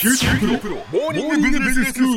九州大学モーニングビジネススクール。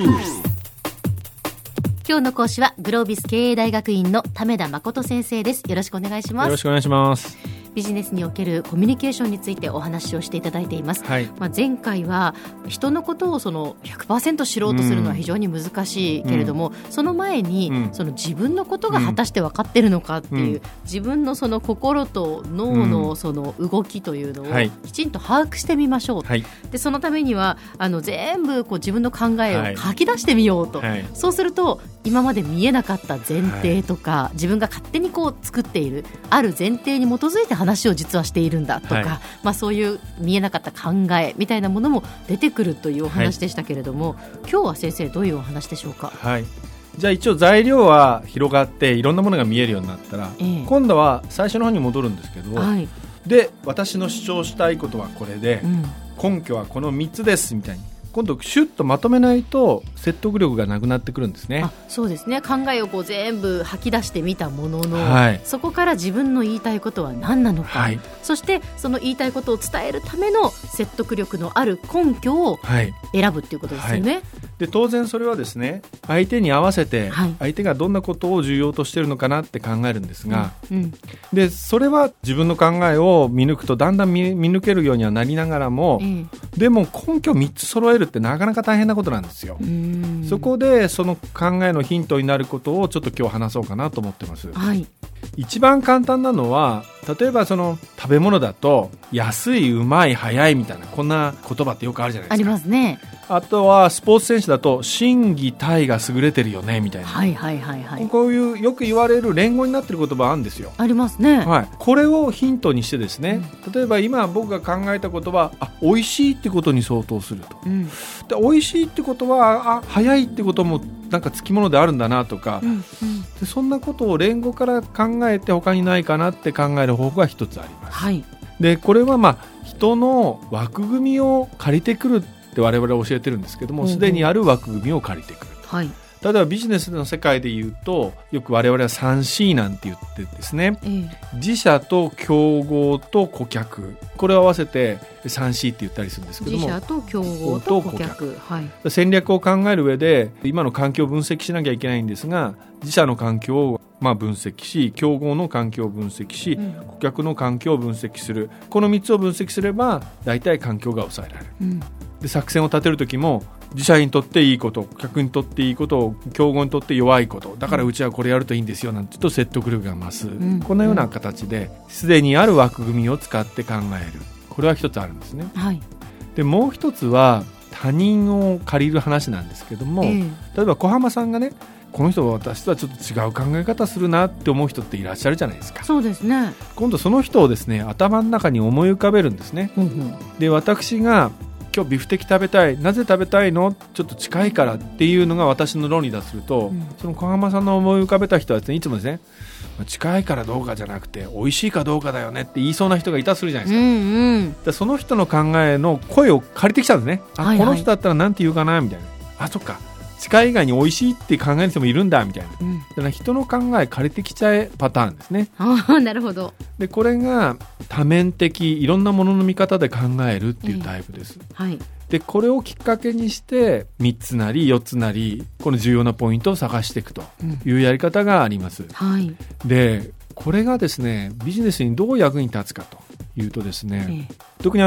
今日の講師はグロービス経営大学院の為田誠先生です。よろしくお願いします。 よろしくお願いします。 ビジネスにおけるコミュニケーションについてお話をしていただいています、 はい。 前回は人のことを100% 知ろうとするのは非常に難しいけれども、その前に、自分のことが果たして分かっているのかっていう、自分のその心と脳のその動きというのをきちんと把握してみましょう、でそのためには全部自分の考えを書き出してみようと、そうすると今まで見えなかった前提とか、自分が勝手に作っているある前提に基づいて話を実はしているんだとか、そういう見えなかった考えみたいなものも出てくるというお話でしたけれども、今日は先生どういうお話でしょうか。 じゃあ一応材料は広がっていろんなものが見えるようになったら、今度は最初の方に戻るんですけど、で私の主張したいことはこれで、根拠はこの3つですみたいに今度シュッとまとめないと説得力がなくなってくるんですね。 そうですね。考えを全部吐き出してみたものの、そこから自分の言いたいことは何なのか、そしてその言いたいことを伝えるための説得力のある根拠を選ぶっていうことですよね。 で当然それはですね、相手に合わせて相手がどんなことを重要としているのかなって考えるんですが、でそれは自分の考えを見抜くとだんだん 見抜けるようにはなりながらも、でも根拠を3つ揃えるってなかなか大変なことなんですよ。そこでその考えのヒントになることをちょっと今日話そうかなと思ってます。一番簡単なのは、例えば食べ物だと安い、うまい、早いみたいなこんな言葉ってよくあるじゃないですか。 ありますね。 あとはスポーツ選手だと心技体が優れてるよねみたいな、こういうよく言われる連語になってる言葉あるんですよ。 ありますね。 これをヒントにしてですね、例えば今僕が考えた言葉、美味しいってことに相当すると、で美味しいってことは早いってこともなんかつきものであるんだなとか、でそんなことを連語から考えて他にないかなって考える方法が一つあります。でこれは人の枠組みを借りてくるって我々は教えてるんですけども、すでにある枠組みを借りてくると、例えばビジネスの世界で言うとよく我々は 3C なんて言ってですね、自社と競合と顧客、これを合わせて 3C って言ったりするんですけども、 自社と競合と顧客、 戦略を考える上で今の環境を分析しなきゃいけないんですが、自社の環境を分析し、競合の環境を分析し、顧客の環境を分析する、この3つを分析すれば大体環境が抑えられる、で作戦を立てるときも自社にとっていいこと、顧客にとっていいこと、競合にとって弱いこと、だからうちはこれやるといいんですよなんて言うと説得力が増す、このような形ですでにある枠組みを使って考える、これは一つあるんですね。でもう一つは他人を借りる話なんですけども、例えば小浜さんがね、この人は私とはちょっと違う考え方するなって思う人っていらっしゃるじゃないですか。 そうですね。 今度その人をですね、頭の中に思い浮かべるんですね。で私が今日ビフテキ食べたい、なぜ食べたいの、ちょっと近いからっていうのが私の論理だとすると、その小浜さんの思い浮かべた人はですね、いつもですね、近いからどうかじゃなくて美味しいかどうかだよねって言いそうな人がいたとするじゃないですか。でその人の考えの声を借りてきたんですね。この人だったらなんて言うかなみたいな、そっか、近い以外に美味しいって考える人もいるんだみたいな、だから人の考え借りてきちゃえパターンですね。 なるほど。でこれが多面的、いろんなものの見方で考えるっていうタイプです。でこれをきっかけにして3つなり4つなりこの重要なポイントを探していくというやり方があります。でこれがですね、ビジネスにどう役に立つかというとですね、特に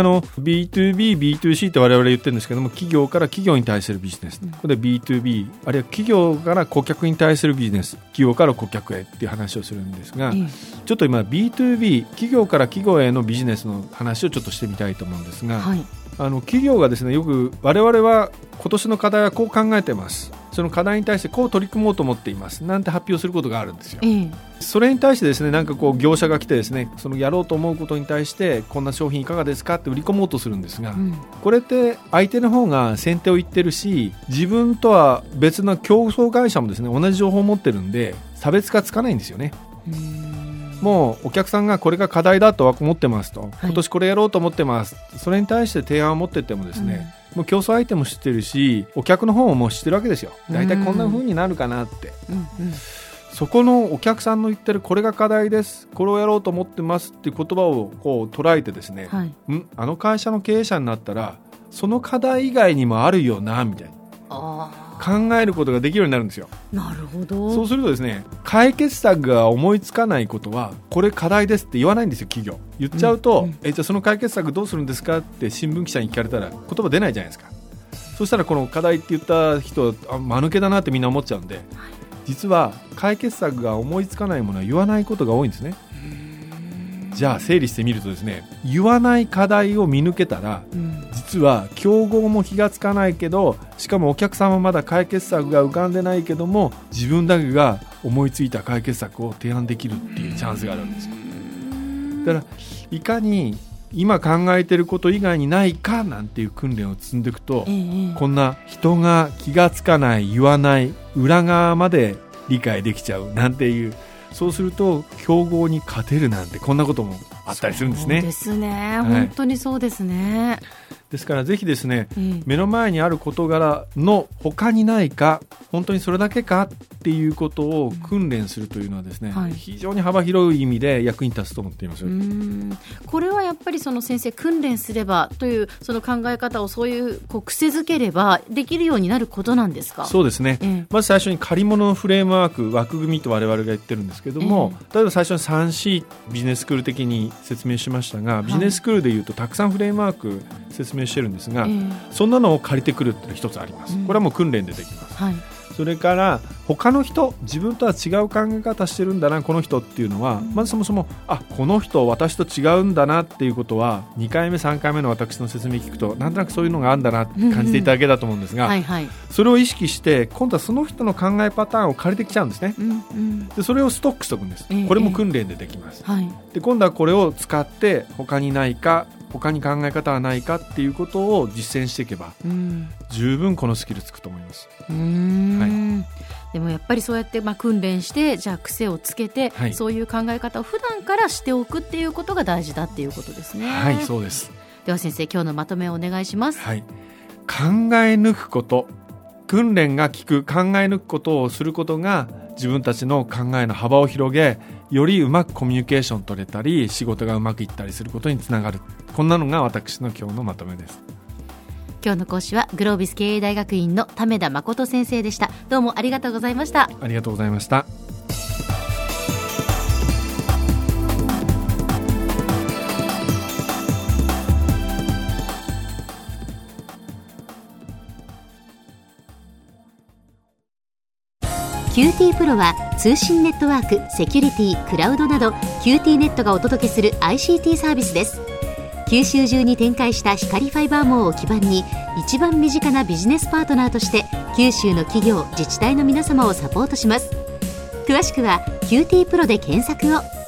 B2B、B2C って我々言ってるんですけども、企業から企業に対するビジネス、これで B2B、 あるいは企業から顧客に対するビジネス、企業から顧客へっていう話をするんですが、ちょっと今 B2B、 企業から企業へのビジネスの話をちょっとしてみたいと思うんですが、企業がですね、よく我々は今年の課題はこう考えてます、その課題に対してこう取り組もうと思っていますなんて発表することがあるんですよ。それに対してですね、なんか業者が来てですね、そのやろうと思うことに対してこんな商品いかがですかって売り込もうとするんですが、これって相手の方が先手を言ってるし、自分とは別の競争会社もですね、同じ情報を持ってるんで差別化つかないんですよね。もうお客さんがこれが課題だと思ってますと、今年これやろうと思ってます、それに対して提案を持ってってもですね、もう競争相手も知ってるし、お客の方ももう知ってるわけですよ。だいたいこんな風になるかなって、そこのお客さんの言ってるこれが課題です、これをやろうと思ってますっていう言葉を捉えてですね、あの会社の経営者になったらその課題以外にもあるよなみたいな考えることができるようになるんですよ。 なるほど。 そうするとですね、解決策が思いつかないことはこれ課題ですって言わないんですよ。企業言っちゃうと、じゃあその解決策どうするんですかって新聞記者に聞かれたら言葉出ないじゃないですか。そしたらこの課題って言った人間抜けだなってみんな思っちゃうんで、実は解決策が思いつかないものは言わないことが多いんですね。じゃあ整理してみるとですね、言わない課題を見抜けたら、実は競合も気がつかないけど、しかもお客さんはまだ解決策が浮かんでないけども、自分だけが思いついた解決策を提案できるっていうチャンスがあるんですよ。だからいかに今考えてること以外にないかなんていう訓練を積んでいくと、こんな人が気がつかない言わない裏側まで理解できちゃうなんていう、そうすると競合に勝てるなんてこんなこともあったりするんですね。 そうですね、本当にそうですね。 ですからぜひですね、目の前にある事柄の他にないか、本当にそれだけかっていうことを訓練するというのはですね、非常に幅広い意味で役に立つと思っています。 これはやっぱりその先生、訓練すればというその考え方をそういう癖づければできるようになることなんですか？ そうですね、まず最初に借り物のフレームワーク、枠組みと我々が言ってるんですけども、例えば最初に 3C ビジネススクール的に説明しましたが、ビジネススクールでいうとたくさんフレームワーク説明してるんですが、そんなのを借りてくるっていうのが一つあります。これはもう訓練でできます。それから他の人、自分とは違う考え方してるんだなこの人っていうのは、まずそもそもこの人私と違うんだなっていうことは2回目3回目の私の説明聞くとなんとなくそういうのがあるんだなって感じていただけだと思うんですが、それを意識して今度はその人の考えパターンを借りてきちゃうんですね。でそれをストックしておくんです。これも訓練でできます。で今度はこれを使って他にないか、他に考え方はないかっていうことを実践していけば、十分このスキルつくと思います。 でもやっぱりそうやって訓練して、じゃあ癖をつけて、そういう考え方を普段からしておくっていうことが大事だっていうことですね。 はい、そうです。 では先生、今日のまとめをお願いします。 考え抜くこと、訓練が効く考え抜くことをすることが自分たちの考えの幅を広げ、よりうまくコミュニケーション取れたり仕事がうまくいったりすることにつながる、こんなのが私の今日のまとめです。 今日の講師はグロービス経営大学院の為田誠先生でした。どうもありがとうございました。 ありがとうございました。 QT プロは通信ネットワーク、セキュリティ、クラウドなど QT ネットがお届けする ICT サービスです。九州中に展開した光ファイバー網を基盤に、一番身近なビジネスパートナーとして九州の企業、自治体の皆様をサポートします。詳しくは QT プロで検索を。